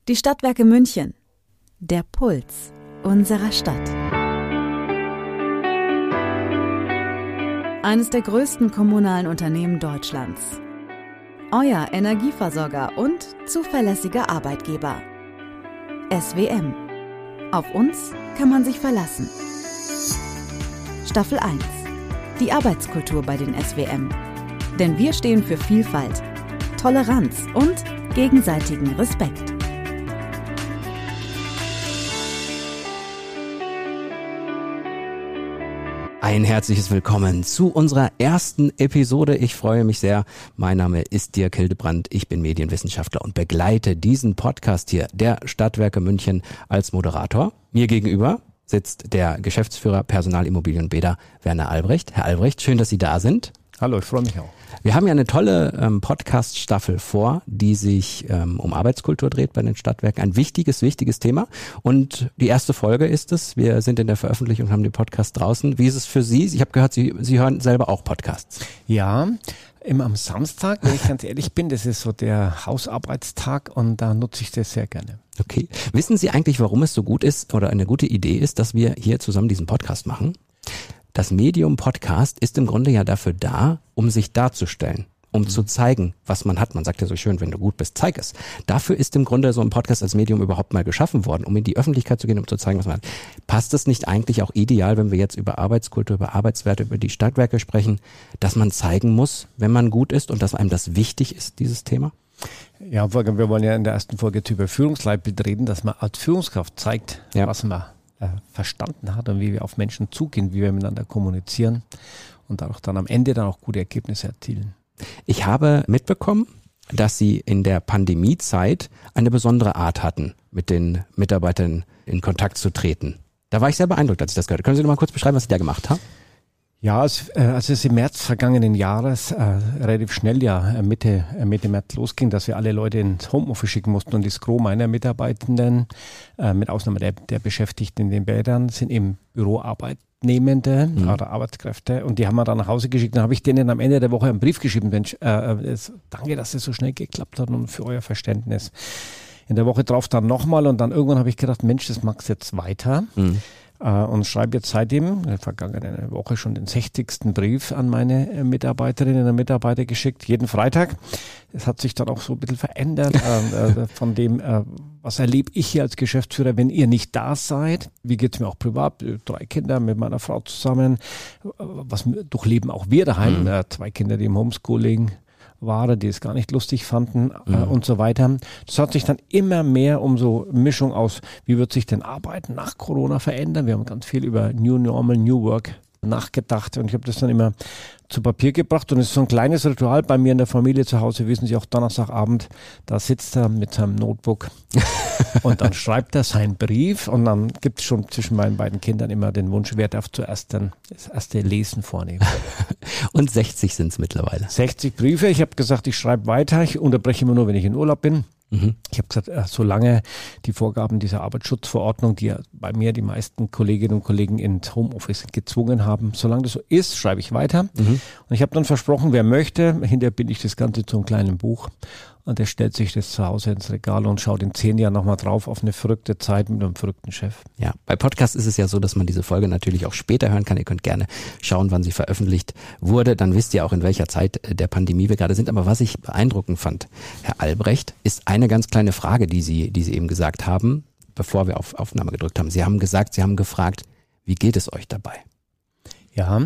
Die Stadtwerke München. Der Puls unserer Stadt. Eines der größten kommunalen Unternehmen Deutschlands. Euer Energieversorger und zuverlässiger Arbeitgeber. SWM. Auf uns kann man sich verlassen. Staffel 1. Die Arbeitskultur bei den SWM. Denn wir stehen für Vielfalt, Toleranz und gegenseitigen Respekt. Ein herzliches Willkommen zu unserer ersten Episode. Ich freue mich sehr. Mein Name ist Dirk Hildebrandt. Ich bin Medienwissenschaftler und begleite diesen Podcast hier der Stadtwerke München als Moderator. Mir gegenüber sitzt der Geschäftsführer Personalimmobilien Beda, Werner Albrecht. Herr Albrecht, schön, dass Sie da sind. Hallo, ich freue mich auch. Wir haben ja eine tolle Podcast-Staffel vor, die sich um Arbeitskultur dreht bei den Stadtwerken. Ein wichtiges Thema. Und die erste Folge ist es. Wir sind in der Veröffentlichung und haben den Podcast draußen. Wie ist es für Sie? Ich habe gehört, Sie hören selber auch Podcasts. Ja, immer am Samstag, wenn ich ganz ehrlich bin. Das ist so der Hausarbeitstag und da nutze ich das sehr gerne. Okay. Wissen Sie eigentlich, warum es so gut ist oder eine gute Idee ist, dass wir hier zusammen diesen Podcast machen? Das Medium Podcast ist im Grunde ja dafür da, um sich darzustellen, um zu zeigen, was man hat. Man sagt ja so schön, wenn du gut bist, zeig es. Dafür ist im Grunde so ein Podcast als Medium überhaupt mal geschaffen worden, um in die Öffentlichkeit zu gehen, um zu zeigen, was man hat. Passt es nicht eigentlich auch ideal, wenn wir jetzt über Arbeitskultur, über Arbeitswerte, über die Stadtwerke sprechen, dass man zeigen muss, wenn man gut ist und dass einem das wichtig ist, dieses Thema? Ja, wir wollen ja in der ersten Folge über Führungsleitbild reden, dass man als Führungskraft zeigt, was man verstanden hat und wie wir auf Menschen zugehen, wie wir miteinander kommunizieren und auch dann am Ende dann auch gute Ergebnisse erzielen. Ich habe mitbekommen, dass Sie in der Pandemiezeit eine besondere Art hatten, mit den Mitarbeitern in Kontakt zu treten. Da war ich sehr beeindruckt, als ich das gehört habe. Können Sie noch mal kurz beschreiben, was Sie da gemacht haben? Ja, als es im März vergangenen Jahres relativ schnell Mitte März losging, dass wir alle Leute ins Homeoffice schicken mussten und das Gros meiner Mitarbeitenden, mit Ausnahme der Beschäftigten in den Bädern, sind im Büroarbeitnehmende oder Arbeitskräfte und die haben wir dann nach Hause geschickt. Dann habe ich denen am Ende der Woche einen Brief geschrieben, Mensch, danke, dass es so schnell geklappt hat und für euer Verständnis. In der Woche drauf dann nochmal und dann irgendwann habe ich gedacht, Mensch, das magst jetzt weiter. Und schreibe jetzt seitdem, in der vergangenen Woche schon den 60. Brief an meine Mitarbeiterinnen und Mitarbeiter geschickt, jeden Freitag. Das hat sich dann auch so ein bisschen verändert von dem, was erlebe ich hier als Geschäftsführer, wenn ihr nicht da seid. Wie geht's mir auch privat? 3 Kinder mit meiner Frau zusammen. Was durchleben auch wir daheim? 2 Kinder, die im Homeschooling waren, die es gar nicht lustig fanden und so weiter. Das hat sich dann immer mehr um so Mischung aus, wie wird sich denn Arbeiten nach Corona verändern? Wir haben ganz viel über New Normal, New Work nachgedacht und ich habe das dann immer zu Papier gebracht und es ist so ein kleines Ritual bei mir in der Familie zu Hause, wissen Sie, auch Donnerstagabend, da sitzt er mit seinem Notebook und dann schreibt er seinen Brief und dann gibt es schon zwischen meinen beiden Kindern immer den Wunsch, wer darf zuerst dann das erste Lesen vornehmen. Und 60 sind es mittlerweile. 60 Briefe, ich habe gesagt, ich schreibe weiter, ich unterbreche immer nur, wenn ich in Urlaub bin. Ich habe gesagt, solange die Vorgaben dieser Arbeitsschutzverordnung, die ja bei mir die meisten Kolleginnen und Kollegen ins Homeoffice gezwungen haben, solange das so ist, schreibe ich weiter. Und ich habe dann versprochen, wer möchte, hinterher binde ich das Ganze zu einem kleinen Buch und der stellt sich das zu Hause ins Regal und schaut in 10 Jahren nochmal drauf auf eine verrückte Zeit mit einem verrückten Chef. Ja, bei Podcasts ist es ja so, dass man diese Folge natürlich auch später hören kann. Ihr könnt gerne schauen, wann sie veröffentlicht wurde. Dann wisst ihr auch, in welcher Zeit der Pandemie wir gerade sind. Aber was ich beeindruckend fand, Herr Albrecht, ist eine ganz kleine Frage, die Sie eben gesagt haben, bevor wir auf Aufnahme gedrückt haben. Sie haben gefragt, wie geht es euch dabei? Ja,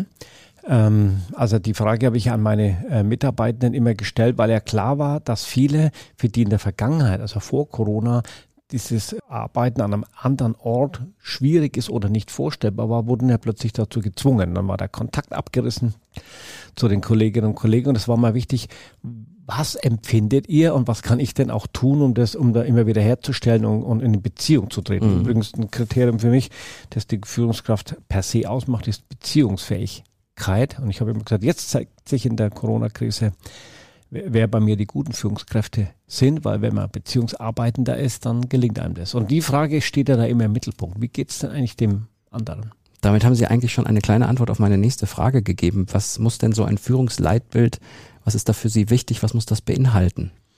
also die Frage habe ich an meine Mitarbeitenden immer gestellt, weil ja klar war, dass viele, für die in der Vergangenheit, also vor Corona, dieses Arbeiten an einem anderen Ort schwierig ist oder nicht vorstellbar war, wurden ja plötzlich dazu gezwungen. Dann war der Kontakt abgerissen zu den Kolleginnen und Kollegen und es war mal wichtig, was empfindet ihr und was kann ich denn auch tun, um da immer wieder herzustellen und in eine Beziehung zu treten? Übrigens ein Kriterium für mich, das die Führungskraft per se ausmacht, ist Beziehungsfähigkeit. Und ich habe immer gesagt, jetzt zeigt sich in der Corona-Krise, wer bei mir die guten Führungskräfte sind, weil wenn man beziehungsarbeitender ist, dann gelingt einem das. Und die Frage steht ja da immer im Mittelpunkt. Wie geht es denn eigentlich dem anderen? Damit haben Sie eigentlich schon eine kleine Antwort auf meine nächste Frage gegeben. Was muss denn so ein Führungsleitbild, was ist da für Sie wichtig, was muss das beinhalten?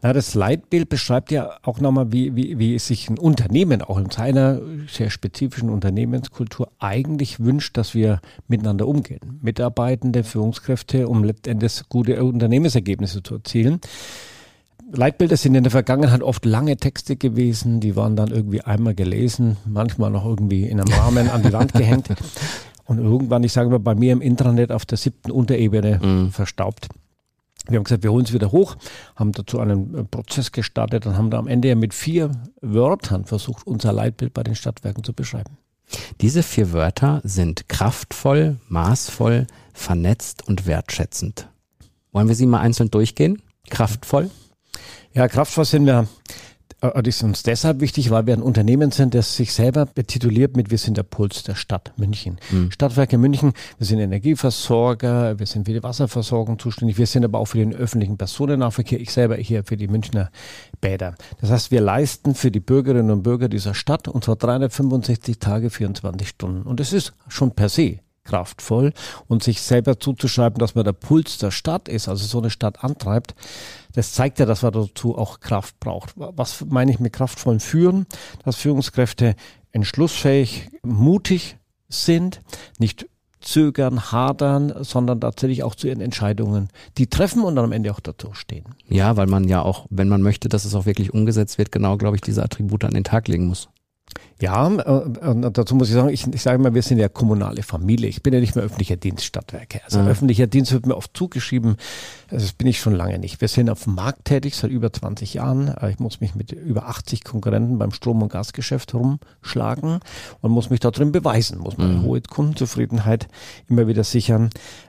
Ja, das Leitbild beschreibt ja auch nochmal, wie sich ein Unternehmen auch in seiner sehr spezifischen Unternehmenskultur eigentlich wünscht, dass wir miteinander umgehen. Mitarbeitende, Führungskräfte, um letztendlich gute Unternehmensergebnisse zu erzielen. Leitbilder sind in der Vergangenheit oft lange Texte gewesen, die waren dann irgendwie einmal gelesen, manchmal noch irgendwie in einem Rahmen an die Wand gehängt und irgendwann, ich sage mal, bei mir im Intranet auf der 7. Unterebene verstaubt. Wir haben gesagt, wir holen es wieder hoch, haben dazu einen Prozess gestartet und haben da am Ende ja mit 4 Wörtern versucht, unser Leitbild bei den Stadtwerken zu beschreiben. Diese 4 Wörter sind kraftvoll, maßvoll, vernetzt und wertschätzend. Wollen wir sie mal einzeln durchgehen? Kraftvoll? Ja, kraftvoll sind wir, das ist uns deshalb wichtig, weil wir ein Unternehmen sind, das sich selber betituliert mit, wir sind der Puls der Stadt München. Stadtwerke München, wir sind Energieversorger, wir sind für die Wasserversorgung zuständig, wir sind aber auch für den öffentlichen Personennahverkehr, ich selber hier für die Münchner Bäder. Das heißt, wir leisten für die Bürgerinnen und Bürger dieser Stadt und zwar 365 Tage, 24 Stunden. Und das ist schon per se kraftvoll und sich selber zuzuschreiben, dass man der Puls der Stadt ist, also so eine Stadt antreibt, das zeigt ja, dass man dazu auch Kraft braucht. Was meine ich mit kraftvollen Führen? Dass Führungskräfte entschlussfähig, mutig sind, nicht zögern, hadern, sondern tatsächlich auch zu ihren Entscheidungen die treffen und dann am Ende auch dazu stehen. Ja, weil man ja auch, wenn man möchte, dass es auch wirklich umgesetzt wird, genau, glaube ich, diese Attribute an den Tag legen muss. Ja, und dazu muss ich sagen, ich sage mal, wir sind ja kommunale Familie. Ich bin ja nicht mehr öffentlicher Dienst Stadtwerke. Also öffentlicher Dienst wird mir oft zugeschrieben. Also das bin ich schon lange nicht. Wir sind auf dem Markt tätig seit über 20 Jahren. Ich muss mich mit über 80 Konkurrenten beim Strom- und Gasgeschäft rumschlagen und muss mich da drin beweisen, muss meine hohe Kundenzufriedenheit immer wieder sichern.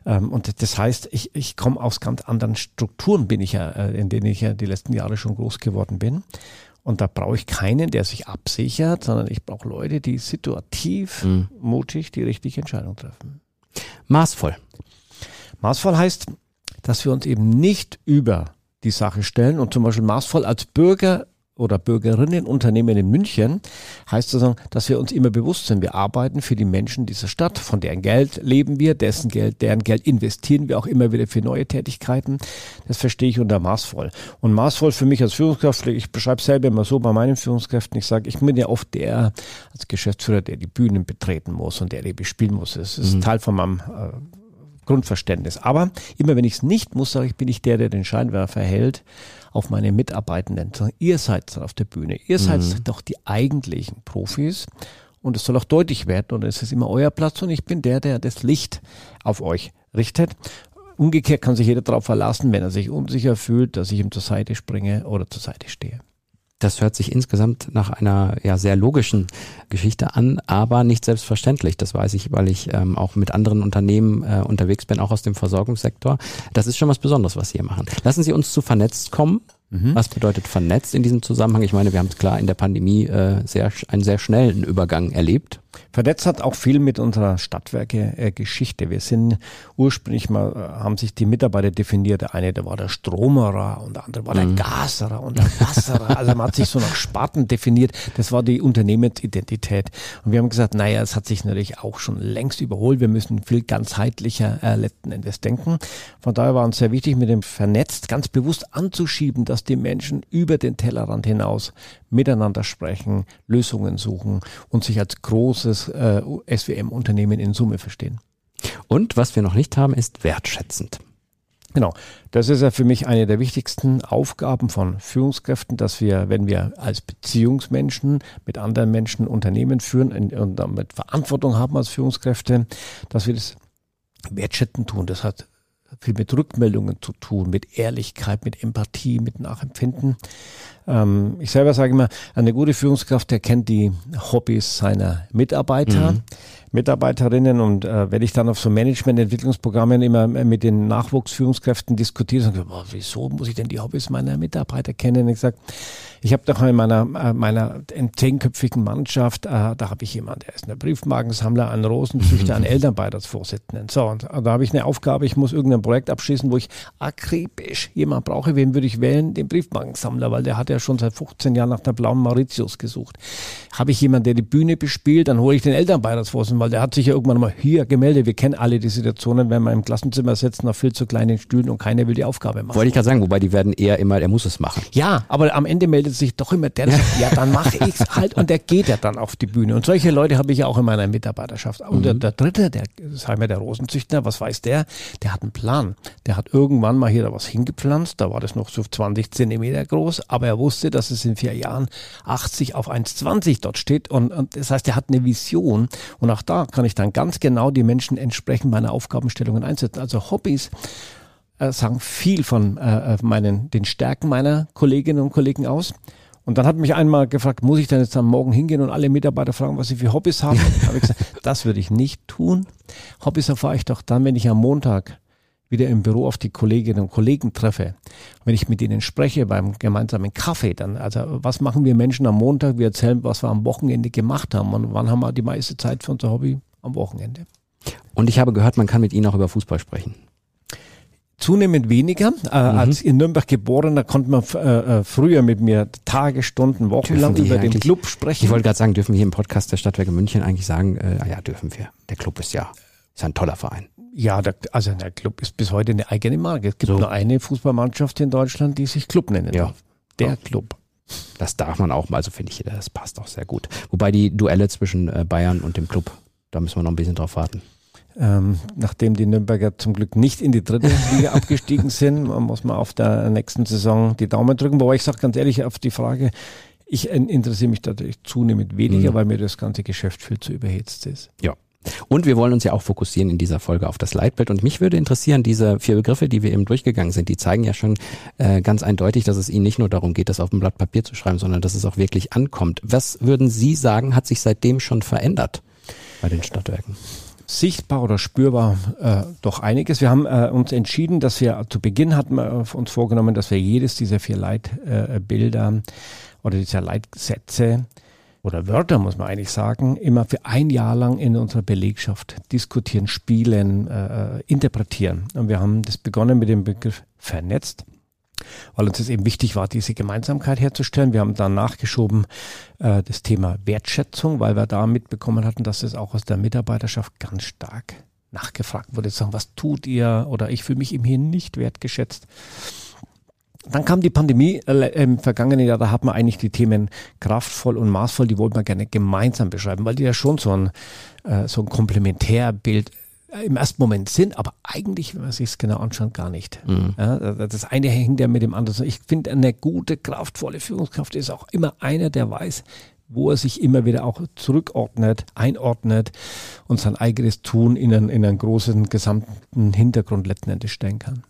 Und das heißt, ich komme aus ganz anderen Strukturen, in denen ich ja die letzten Jahre schon groß geworden bin. Und da brauche ich keinen, der sich absichert, sondern ich brauche Leute, die situativ, mutig die richtige Entscheidung treffen. Maßvoll. Maßvoll heißt, dass wir uns eben nicht über die Sache stellen und zum Beispiel maßvoll als Bürger oder Bürgerinnenunternehmen in München heißt sozusagen, dass wir uns immer bewusst sind, wir arbeiten für die Menschen dieser Stadt, von deren Geld leben wir, deren Geld investieren wir auch immer wieder für neue Tätigkeiten. Das verstehe ich unter maßvoll. Und maßvoll für mich als Führungskraft, ich beschreibe es selber immer so bei meinen Führungskräften, ich sage, ich bin ja oft der als Geschäftsführer, der die Bühnen betreten muss und der die bespielen muss. Das ist Teil von meinem Grundverständnis. Aber immer wenn ich es nicht muss, sage ich, bin ich der den Scheinwerfer hält auf meine Mitarbeitenden. Ihr seid auf der Bühne. Ihr seid doch die eigentlichen Profis. Und es soll auch deutlich werden. Und es ist immer euer Platz. Und ich bin der das Licht auf euch richtet. Umgekehrt kann sich jeder darauf verlassen, wenn er sich unsicher fühlt, dass ich ihm zur Seite springe oder zur Seite stehe. Das hört sich insgesamt nach einer sehr logischen Geschichte an, aber nicht selbstverständlich. Das weiß ich, weil ich auch mit anderen Unternehmen unterwegs bin, auch aus dem Versorgungssektor. Das ist schon was Besonderes, was Sie hier machen. Lassen Sie uns zu vernetzt kommen. Was bedeutet vernetzt in diesem Zusammenhang? Ich meine, wir haben es klar in der Pandemie einen sehr schnellen Übergang erlebt. Vernetzt hat auch viel mit unserer Stadtwerke-Geschichte. Wir sind ursprünglich mal, haben sich die Mitarbeiter definiert. Der eine, der war der Stromerer und der andere war der Gaserer und der Wasserer. Also man hat sich so nach Sparten definiert. Das war die Unternehmensidentität. Und wir haben gesagt, naja, es hat sich natürlich auch schon längst überholt. Wir müssen viel ganzheitlicher letzten Endes denken. Von daher war uns sehr wichtig, mit dem Vernetzt ganz bewusst anzuschieben, dass die Menschen über den Tellerrand hinaus miteinander sprechen, Lösungen suchen und sich als großes SWM-Unternehmen in Summe verstehen. Und was wir noch nicht haben, ist wertschätzend. Genau, das ist ja für mich eine der wichtigsten Aufgaben von Führungskräften, dass wir, wenn wir als Beziehungsmenschen mit anderen Menschen Unternehmen führen und damit Verantwortung haben als Führungskräfte, dass wir das wertschätzend tun. Das hat viel mit Rückmeldungen zu tun, mit Ehrlichkeit, mit Empathie, mit Nachempfinden. Ich selber sage immer, eine gute Führungskraft erkennt die Hobbys seiner Mitarbeiter, Mitarbeiterinnen und wenn ich dann auf so Management-Entwicklungsprogrammen immer mit den Nachwuchsführungskräften diskutiere, sage ich, wieso muss ich denn die Hobbys meiner Mitarbeiter kennen? Ich sage, ich habe doch in meiner 10-köpfigen Mannschaft, da habe ich jemanden, der ist ein Briefmarkensammler, ein Rosenzüchter, ein Elternbeiratsvorsitzenden. So, und da habe ich eine Aufgabe, ich muss irgendein Projekt abschließen, wo ich akribisch jemanden brauche. Wen würde ich wählen? Den Briefmarkensammler, weil der hat ja schon seit 15 Jahren nach der blauen Mauritius gesucht. Habe ich jemanden, der die Bühne bespielt, dann hole ich den Elternbeiratsvorsitzenden, weil der hat sich ja irgendwann mal hier gemeldet. Wir kennen alle die Situationen, wenn man im Klassenzimmer sitzt auf viel zu kleinen Stühlen und keiner will die Aufgabe machen. Wollte ich gerade sagen, wobei die werden eher immer, er muss es machen. Ja, aber am Ende meldet sich doch immer der sagt, ja, dann mache ich es halt und der geht ja dann auf die Bühne. Und solche Leute habe ich ja auch in meiner Mitarbeiterschaft. Und der dritte, sagen wir der Rosenzüchter, was weiß der? Der hat einen Plan. Der hat irgendwann mal hier da was hingepflanzt, da war das noch so 20 Zentimeter groß, aber er wusste, dass es in 4 Jahren 80 auf 1,20 dort steht und das heißt, er hat eine Vision und auch da kann ich dann ganz genau die Menschen entsprechend meiner Aufgabenstellungen einsetzen. Also Hobbys sagen viel von den Stärken meiner Kolleginnen und Kollegen aus. Und dann hat mich einmal gefragt, muss ich denn jetzt am Morgen hingehen und alle Mitarbeiter fragen, was sie für Hobbys haben? Habe ich gesagt, das würde ich nicht tun. Hobbys erfahre ich doch dann, wenn ich am Montag wieder im Büro auf die Kolleginnen und Kollegen treffe. Wenn ich mit ihnen spreche beim gemeinsamen Kaffee, dann, also was machen wir Menschen am Montag? Wir erzählen, was wir am Wochenende gemacht haben. Und wann haben wir die meiste Zeit für unser Hobby? Am Wochenende. Und ich habe gehört, man kann mit Ihnen auch über Fußball sprechen. Zunehmend weniger. Als in Nürnberg Geborener konnte man früher mit mir Tage, Stunden, Wochenlang über den Club sprechen. Ich wollte gerade sagen, dürfen wir hier im Podcast der Stadtwerke München eigentlich sagen, ja, dürfen wir. Der Club ist ein toller Verein. Ja, der Club ist bis heute eine eigene Marke. Es gibt nur eine Fußballmannschaft in Deutschland, die sich Club nennen darf. Der Club. Das darf man auch mal, also finde ich, das passt auch sehr gut. Wobei die Duelle zwischen Bayern und dem Club, da müssen wir noch ein bisschen drauf warten. Nachdem die Nürnberger zum Glück nicht in die 3. Liga abgestiegen sind, muss man auf der nächsten Saison die Daumen drücken. Wobei ich sage ganz ehrlich auf die Frage, ich interessiere mich dadurch zunehmend weniger, weil mir das ganze Geschäft viel zu überhitzt ist. Ja. Und wir wollen uns ja auch fokussieren in dieser Folge auf das Leitbild. Und mich würde interessieren, diese 4 Begriffe, die wir eben durchgegangen sind, die zeigen ja schon ganz eindeutig, dass es Ihnen nicht nur darum geht, das auf ein Blatt Papier zu schreiben, sondern dass es auch wirklich ankommt. Was würden Sie sagen, hat sich seitdem schon verändert bei den Stadtwerken? Sichtbar oder spürbar doch einiges. Wir haben uns entschieden, dass wir zu Beginn hatten wir uns vorgenommen, dass wir jedes dieser 4 Leitbilder oder dieser Leitsätze oder Wörter, muss man eigentlich sagen, immer für 1 Jahr lang in unserer Belegschaft diskutieren, spielen, interpretieren. Und wir haben das begonnen mit dem Begriff vernetzt, weil uns es eben wichtig war, diese Gemeinsamkeit herzustellen. Wir haben dann nachgeschoben das Thema Wertschätzung, weil wir da mitbekommen hatten, dass es auch aus der Mitarbeiterschaft ganz stark nachgefragt wurde. Sagen, was tut ihr? Oder ich fühle mich eben hier nicht wertgeschätzt. Dann kam die Pandemie im vergangenen Jahr, da hat man eigentlich die Themen kraftvoll und maßvoll, die wollten wir gerne gemeinsam beschreiben, weil die ja schon so ein Komplementärbild im ersten Moment sind, aber eigentlich, wenn man sich es genau anschaut, gar nicht. Ja, das eine hängt ja mit dem anderen. Ich finde, eine gute, kraftvolle Führungskraft ist auch immer einer, der weiß, wo er sich immer wieder auch zurückordnet, einordnet und sein eigenes Tun in einen großen, gesamten Hintergrund letzten Endes stellen kann.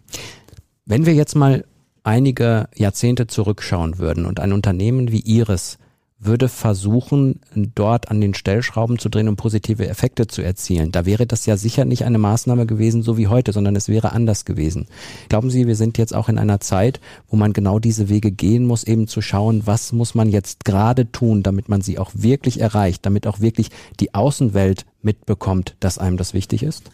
Wenn wir jetzt mal einige Jahrzehnte zurückschauen würden und ein Unternehmen wie Ihres würde versuchen, dort an den Stellschrauben zu drehen, um positive Effekte zu erzielen. Da wäre das ja sicher nicht eine Maßnahme gewesen, so wie heute, sondern es wäre anders gewesen. Glauben Sie, wir sind jetzt auch in einer Zeit, wo man genau diese Wege gehen muss, eben zu schauen, was muss man jetzt gerade tun, damit man sie auch wirklich erreicht, damit auch wirklich die Außenwelt mitbekommt, dass einem das wichtig ist?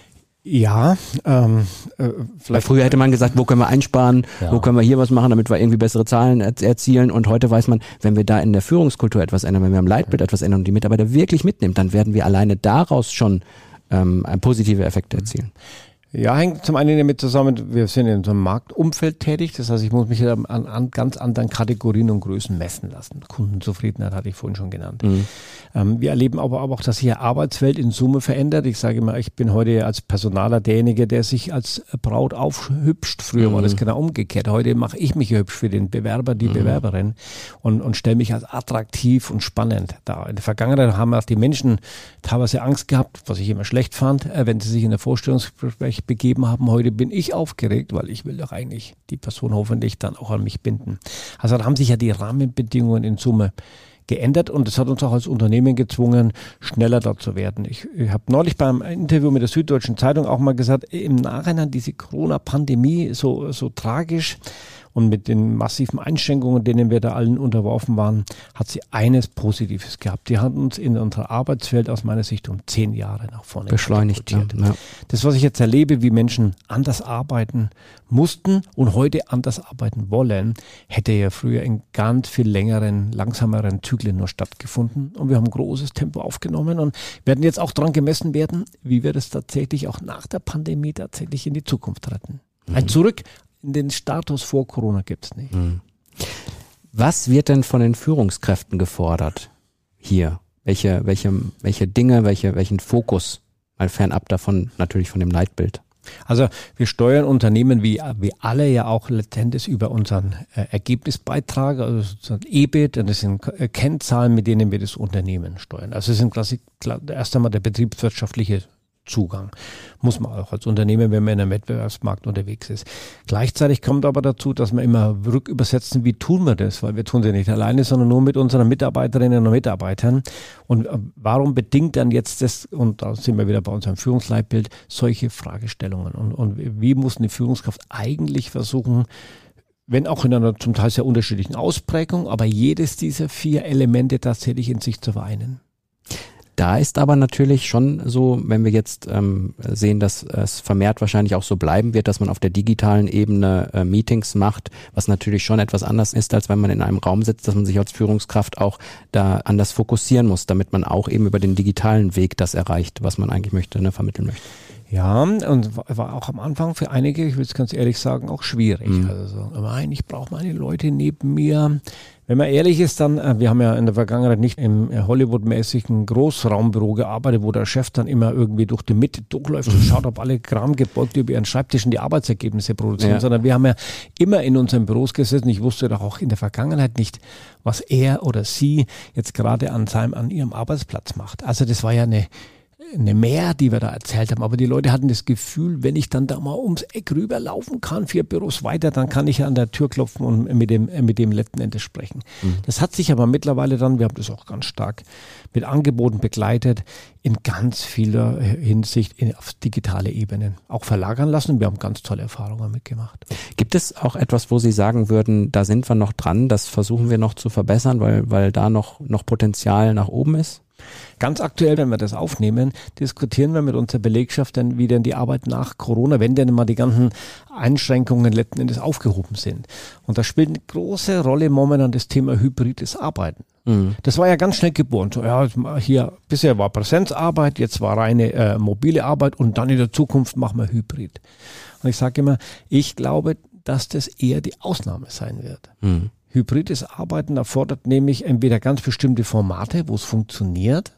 Ja, vielleicht. Früher hätte man gesagt, wo können wir einsparen, wo können wir hier was machen, damit wir irgendwie bessere Zahlen erzielen. Und heute weiß man, wenn wir da in der Führungskultur etwas ändern, wenn wir am Leitbild etwas ändern und die Mitarbeiter wirklich mitnehmen, dann werden wir alleine daraus schon positive Effekte erzielen. Ja, hängt zum einen damit zusammen, wir sind in so einem Marktumfeld tätig, das heißt, ich muss mich an ganz anderen Kategorien und Größen messen lassen. Kundenzufriedenheit hatte ich vorhin schon genannt. Wir erleben aber auch, dass sich die Arbeitswelt in Summe verändert. Ich sage immer, ich bin heute als Personaler derjenige, der sich als Braut aufhübscht. Früher war das genau umgekehrt. Heute mache ich mich hübsch für den Bewerber, die Bewerberin und stelle mich als attraktiv und spannend dar. In der Vergangenheit haben auch die Menschen teilweise Angst gehabt, was ich immer schlecht fand, wenn sie sich in der Vorstellungsgespräch begeben haben. Heute bin ich aufgeregt, weil ich will doch eigentlich die Person hoffentlich dann auch an mich binden. Also da haben sich ja die Rahmenbedingungen in Summe geändert und es hat uns auch als Unternehmen gezwungen, schneller da zu werden. Ich habe neulich beim Interview mit der Süddeutschen Zeitung auch mal gesagt, im Nachhinein diese Corona-Pandemie so tragisch Und mit den massiven Einschränkungen, denen wir da allen unterworfen waren, hat sie eines Positives gehabt. Die hat uns in unserer Arbeitswelt aus meiner Sicht um 10 Jahre nach vorne beschleunigt. Ja. Das, was ich jetzt erlebe, wie Menschen anders arbeiten mussten und heute anders arbeiten wollen, hätte ja früher in ganz viel längeren, langsameren Zyklen nur stattgefunden. Und wir haben ein großes Tempo aufgenommen und werden jetzt auch daran gemessen werden, wie wir das tatsächlich auch nach der Pandemie tatsächlich in die Zukunft retten. Ein Zurück in den Status vor Corona gibt es nicht. Was wird denn von den Führungskräften gefordert hier? Welche Dinge, welchen Fokus, mal fernab davon, natürlich von dem Leitbild? Also wir steuern Unternehmen wie alle ja auch letztendlich über unseren Ergebnisbeitrag, also sozusagen EBIT, und das sind Kennzahlen, mit denen wir das Unternehmen steuern. Also es sind erst einmal der betriebswirtschaftliche Zugang. Muss man auch als Unternehmen, wenn man in einem Wettbewerbsmarkt unterwegs ist. Gleichzeitig kommt aber dazu, dass wir immer rückübersetzen, wie tun wir das? Weil wir tun es ja nicht alleine, sondern nur mit unseren Mitarbeiterinnen und Mitarbeitern. Und warum bedingt dann jetzt das, und da sind wir wieder bei unserem Führungsleitbild, solche Fragestellungen? Und wie muss eine Führungskraft eigentlich versuchen, wenn auch in einer zum Teil sehr unterschiedlichen Ausprägung, aber jedes dieser 4 Elemente tatsächlich in sich zu vereinen? Da ist aber natürlich schon so, wenn wir jetzt sehen, dass es vermehrt wahrscheinlich auch so bleiben wird, dass man auf der digitalen Ebene Meetings macht, was natürlich schon etwas anders ist, als wenn man in einem Raum sitzt, dass man sich als Führungskraft auch da anders fokussieren muss, damit man auch eben über den digitalen Weg das erreicht, was man eigentlich möchte, vermitteln möchte. Ja, und war auch am Anfang für einige, ich will es ganz ehrlich sagen, auch schwierig. Also ich brauche meine Leute neben mir. Wenn man ehrlich ist, dann, wir haben ja in der Vergangenheit nicht im Hollywood-mäßigen Großraumbüro gearbeitet, wo der Chef dann immer irgendwie durch die Mitte durchläuft und schaut, ob alle gebeugt über ihren Schreibtischen die Arbeitsergebnisse produzieren, sondern wir haben ja immer in unseren Büros gesessen. Ich wusste doch auch in der Vergangenheit nicht, was er oder sie jetzt gerade an ihrem Arbeitsplatz macht. Also das war ja eine Mehr, die wir da erzählt haben. Aber die Leute hatten das Gefühl, wenn ich dann da mal ums Eck rüberlaufen kann, 4 Büros weiter, dann kann ich an der Tür klopfen und mit dem letzten Endes sprechen. Das hat sich aber mittlerweile dann, wir haben das auch ganz stark mit Angeboten begleitet, in ganz vieler Hinsicht auf digitale Ebenen auch verlagern lassen. Wir haben ganz tolle Erfahrungen mitgemacht. Gibt es auch etwas, wo Sie sagen würden, da sind wir noch dran, das versuchen wir noch zu verbessern, weil da noch Potenzial nach oben ist? Ganz aktuell, wenn wir das aufnehmen, diskutieren wir mit unserer Belegschaft dann, wie denn die Arbeit nach Corona, wenn denn mal die ganzen Einschränkungen letzten Endes aufgehoben sind. Und da spielt eine große Rolle momentan das Thema hybrides Arbeiten. Das war ja ganz schnell geboren. So, ja, hier bisher war Präsenzarbeit, jetzt war reine mobile Arbeit und dann in der Zukunft machen wir Hybrid. Und ich sage immer, ich glaube, dass das eher die Ausnahme sein wird. Hybrides Arbeiten erfordert nämlich entweder ganz bestimmte Formate, wo es funktioniert,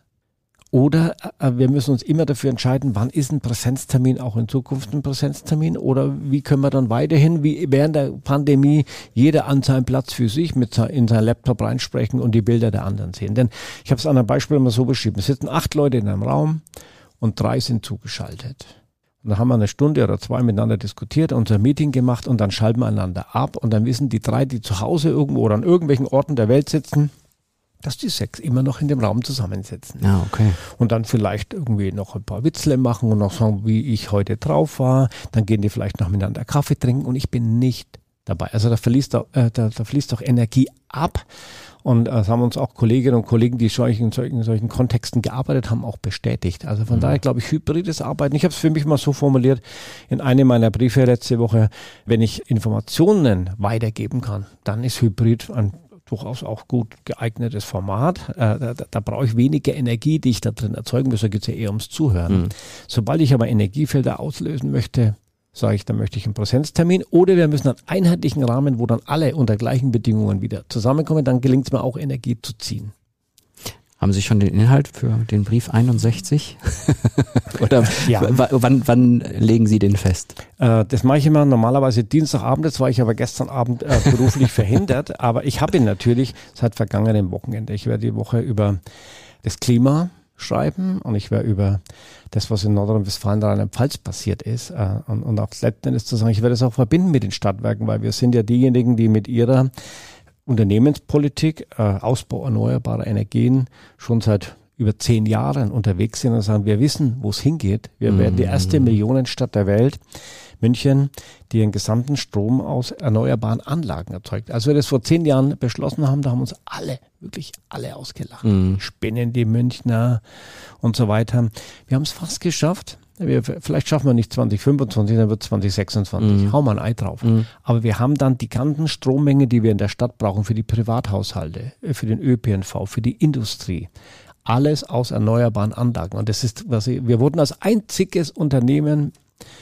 oder wir müssen uns immer dafür entscheiden, wann ist ein Präsenztermin auch in Zukunft ein Präsenztermin, oder wie können wir dann weiterhin, wie während der Pandemie, jeder an seinem Platz für sich in seinen Laptop reinsprechen und die Bilder der anderen sehen. Denn ich habe es an einem Beispiel mal so beschrieben, es sitzen 8 Leute in einem Raum und 3 sind zugeschaltet. Und dann haben wir 1 Stunde oder 2 miteinander diskutiert, unser Meeting gemacht und dann schalten wir einander ab und dann wissen die 3, die zu Hause irgendwo oder an irgendwelchen Orten der Welt sitzen, dass die 6 immer noch in dem Raum zusammensitzen. Ja, okay. Und dann vielleicht irgendwie noch ein paar Witzle machen und noch sagen, wie ich heute drauf war. Dann gehen die vielleicht noch miteinander Kaffee trinken und ich bin nicht dabei. Also da fließt doch Energie ab. Und das haben uns auch Kolleginnen und Kollegen, die in solchen Kontexten gearbeitet haben, auch bestätigt. Also von daher glaube ich, hybrides Arbeiten. Ich habe es für mich mal so formuliert in einem meiner Briefe letzte Woche, wenn ich Informationen weitergeben kann, dann ist Hybrid ein durchaus auch gut geeignetes Format. Da brauche ich weniger Energie, die ich da drin erzeugen muss. Da geht es ja eher ums Zuhören. Sobald ich aber Energiefelder auslösen möchte, sage ich, dann möchte ich einen Präsenztermin oder wir müssen einen einheitlichen Rahmen, wo dann alle unter gleichen Bedingungen wieder zusammenkommen, dann gelingt es mir auch, Energie zu ziehen. Haben Sie schon den Inhalt für den Brief 61? Oder ja. Wann legen Sie den fest? Das mache ich immer normalerweise Dienstagabend, das war ich aber gestern Abend beruflich verhindert, aber ich habe ihn natürlich seit vergangenem Wochenende. Ich werde die Woche über das Klima schreiben und ich werde über das, was in Nordrhein-Westfalen, Rheinland-Pfalz passiert ist und auch letzten Endes zu sagen, ich werde es auch verbinden mit den Stadtwerken, weil wir sind ja diejenigen, die mit ihrer Unternehmenspolitik, Ausbau erneuerbarer Energien schon seit über 10 Jahren unterwegs sind und sagen, wir wissen, wo es hingeht. Wir werden die erste Millionenstadt der Welt, München, die den gesamten Strom aus erneuerbaren Anlagen erzeugt. Als wir das vor 10 Jahren beschlossen haben, da haben uns wirklich alle ausgelacht. Spinnen die Münchner und so weiter. Wir haben es fast geschafft. Vielleicht schaffen wir nicht 2025, dann wird 2026. Hau mal ein Ei drauf. Aber wir haben dann die ganzen Strommenge, die wir in der Stadt brauchen, für die Privathaushalte, für den ÖPNV, für die Industrie. Alles aus erneuerbaren Anlagen. Und das ist, wir wurden als einziges Unternehmen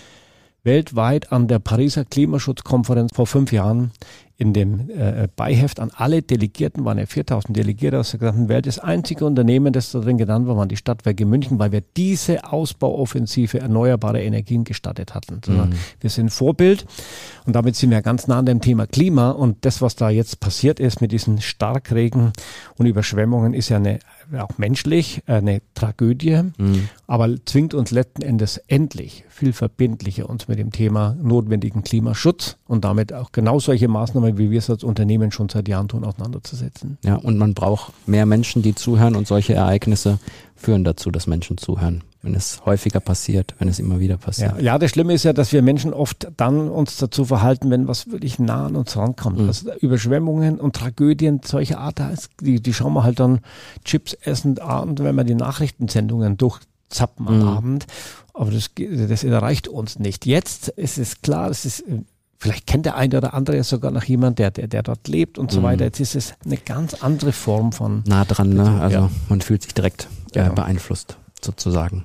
weltweit an der Pariser Klimaschutzkonferenz vor 5 Jahren in dem Beiheft an alle Delegierten, waren ja 4000 Delegierte aus der gesamten Welt, das einzige Unternehmen, das da drin genannt war, waren die Stadtwerke München, weil wir diese Ausbauoffensive erneuerbare Energien gestartet hatten. Wir sind Vorbild und damit sind wir ganz nah an dem Thema Klima und das, was da jetzt passiert ist mit diesen Starkregen und Überschwemmungen, ist ja auch menschlich eine Tragödie, aber zwingt uns letzten Endes endlich viel verbindlicher uns mit dem Thema notwendigen Klimaschutz und damit auch genau solche Maßnahmen, wie wir es als Unternehmen schon seit Jahren tun, auseinanderzusetzen. Ja, und man braucht mehr Menschen, die zuhören und solche Ereignisse führen dazu, dass Menschen zuhören. Wenn es häufiger passiert, wenn es immer wieder passiert. Ja, das Schlimme ist ja, dass wir Menschen oft dann uns dazu verhalten, wenn was wirklich nah an uns rankommt. Also Überschwemmungen und Tragödien solcher Art, die schauen wir halt dann Chips essend Abend, wenn wir die Nachrichtensendungen durchzappen am Abend. Aber das erreicht uns nicht. Jetzt ist es klar, vielleicht kennt der eine oder andere ja sogar noch jemand, der dort lebt und so weiter. Jetzt ist es eine ganz andere Form von... Nah dran, ne? Also man fühlt sich direkt beeinflusst, sozusagen.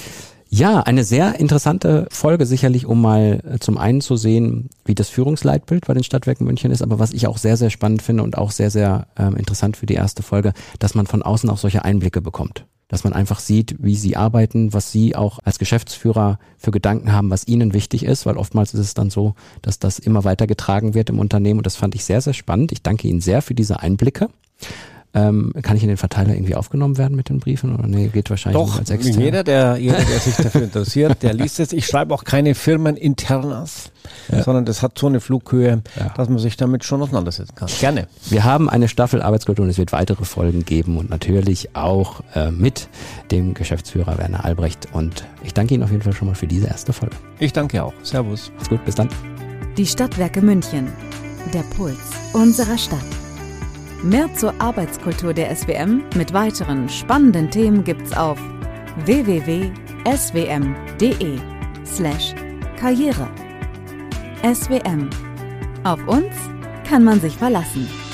Ja, eine sehr interessante Folge sicherlich, um mal zum einen zu sehen, wie das Führungsleitbild bei den Stadtwerken München ist, aber was ich auch sehr, sehr spannend finde und auch sehr, sehr interessant für die erste Folge, dass man von außen auch solche Einblicke bekommt. Dass man einfach sieht, wie sie arbeiten, was sie auch als Geschäftsführer für Gedanken haben, was ihnen wichtig ist, weil oftmals ist es dann so, dass das immer weitergetragen wird im Unternehmen und das fand ich sehr, sehr spannend. Ich danke Ihnen sehr für diese Einblicke. Kann ich in den Verteiler irgendwie aufgenommen werden mit den Briefen? Oder nee, geht wahrscheinlich doch, nicht als extern. Jeder, der sich dafür interessiert, der liest es. Ich schreibe auch keine Firmeninternas, sondern das hat so eine Flughöhe, dass man sich damit schon auseinandersetzen kann. Gerne. Wir haben eine Staffel Arbeitskultur und es wird weitere Folgen geben und natürlich auch mit dem Geschäftsführer Werner Albrecht. Und ich danke Ihnen auf jeden Fall schon mal für diese erste Folge. Ich danke auch. Servus. Macht's gut, bis dann. Die Stadtwerke München. Der Puls unserer Stadt. Mehr zur Arbeitskultur der SWM mit weiteren spannenden Themen gibt's auf www.swm.de/Karriere. SWM. Auf uns kann man sich verlassen.